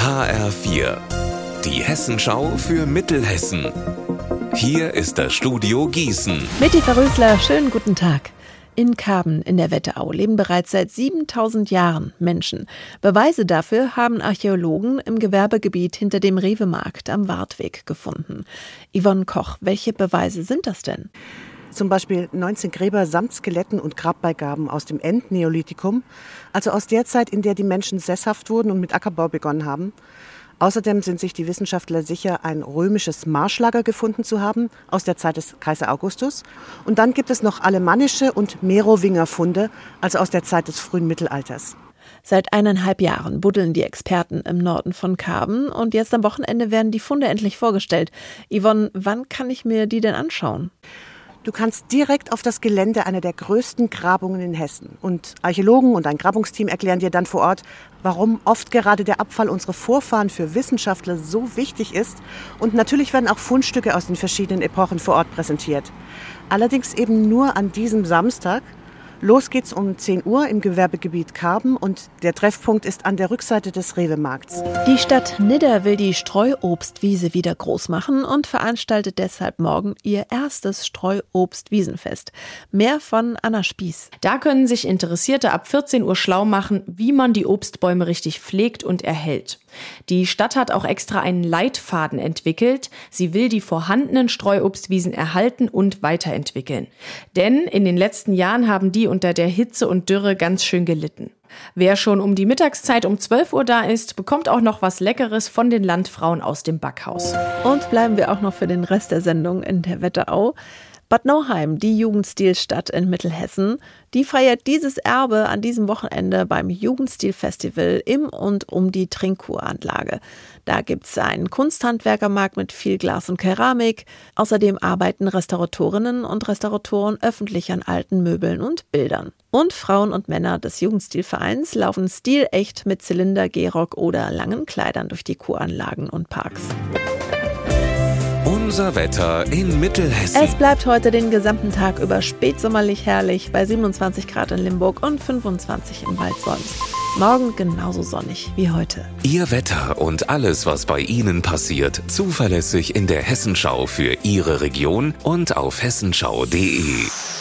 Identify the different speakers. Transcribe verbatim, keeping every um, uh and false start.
Speaker 1: H R vier, die Hessenschau für Mittelhessen. Hier ist das Studio Gießen.
Speaker 2: Mitti Verrösler, schönen guten Tag. In Karben in der Wetterau leben bereits seit siebentausend Jahren Menschen. Beweise dafür haben Archäologen im Gewerbegebiet hinter dem Rewe-Markt am Wartweg gefunden. Yvonne Koch, welche Beweise sind das denn?
Speaker 3: Zum Beispiel neunzehn Gräber samt Skeletten und Grabbeigaben aus dem Endneolithikum, also aus der Zeit, in der die Menschen sesshaft wurden und mit Ackerbau begonnen haben. Außerdem sind sich die Wissenschaftler sicher, ein römisches Marschlager gefunden zu haben, aus der Zeit des Kaiser Augustus. Und dann gibt es noch alemannische und Merowinger-Funde, also aus der Zeit des frühen Mittelalters.
Speaker 2: Seit eineinhalb Jahren buddeln die Experten im Norden von Karben und jetzt am Wochenende werden die Funde endlich vorgestellt. Yvonne, wann kann ich mir die denn anschauen?
Speaker 3: Du kannst direkt auf das Gelände einer der größten Grabungen in Hessen. Und Archäologen und ein Grabungsteam erklären dir dann vor Ort, warum oft gerade der Abfall unserer Vorfahren für Wissenschaftler so wichtig ist. Und natürlich werden auch Fundstücke aus den verschiedenen Epochen vor Ort präsentiert. Allerdings eben nur an diesem Samstag. Los geht's um zehn Uhr im Gewerbegebiet Karben und der Treffpunkt ist an der Rückseite des Rewe-Markts.
Speaker 2: Die Stadt Nidda will die Streuobstwiese wieder groß machen und veranstaltet deshalb morgen ihr erstes Streuobstwiesenfest. Mehr von Anna Spieß.
Speaker 4: Da können sich Interessierte ab vierzehn Uhr schlau machen, wie man die Obstbäume richtig pflegt und erhält. Die Stadt hat auch extra einen Leitfaden entwickelt. Sie will die vorhandenen Streuobstwiesen erhalten und weiterentwickeln. Denn in den letzten Jahren haben die unter der Hitze und Dürre ganz schön gelitten. Wer schon um die Mittagszeit um zwölf Uhr da ist, bekommt auch noch was Leckeres von den Landfrauen aus dem Backhaus.
Speaker 2: Und bleiben wir auch noch für den Rest der Sendung in der Wetterau. Bad Nauheim, die Jugendstilstadt in Mittelhessen, die feiert dieses Erbe an diesem Wochenende beim Jugendstilfestival im und um die Trinkkuranlage. Da gibt's einen Kunsthandwerkermarkt mit viel Glas und Keramik. Außerdem arbeiten Restauratorinnen und Restauratoren öffentlich an alten Möbeln und Bildern. Und Frauen und Männer des Jugendstilvereins laufen stilecht mit Zylinder, Gehrock oder langen Kleidern durch die Kuranlagen und Parks.
Speaker 1: Unser Wetter in Mittelhessen.
Speaker 2: Es bleibt heute den gesamten Tag über spätsommerlich herrlich bei siebenundzwanzig Grad in Limburg und fünfundzwanzig in Waldsolms. Morgen genauso sonnig wie heute.
Speaker 1: Ihr Wetter und alles, was bei Ihnen passiert, zuverlässig in der Hessenschau für Ihre Region und auf hessenschau punkt de.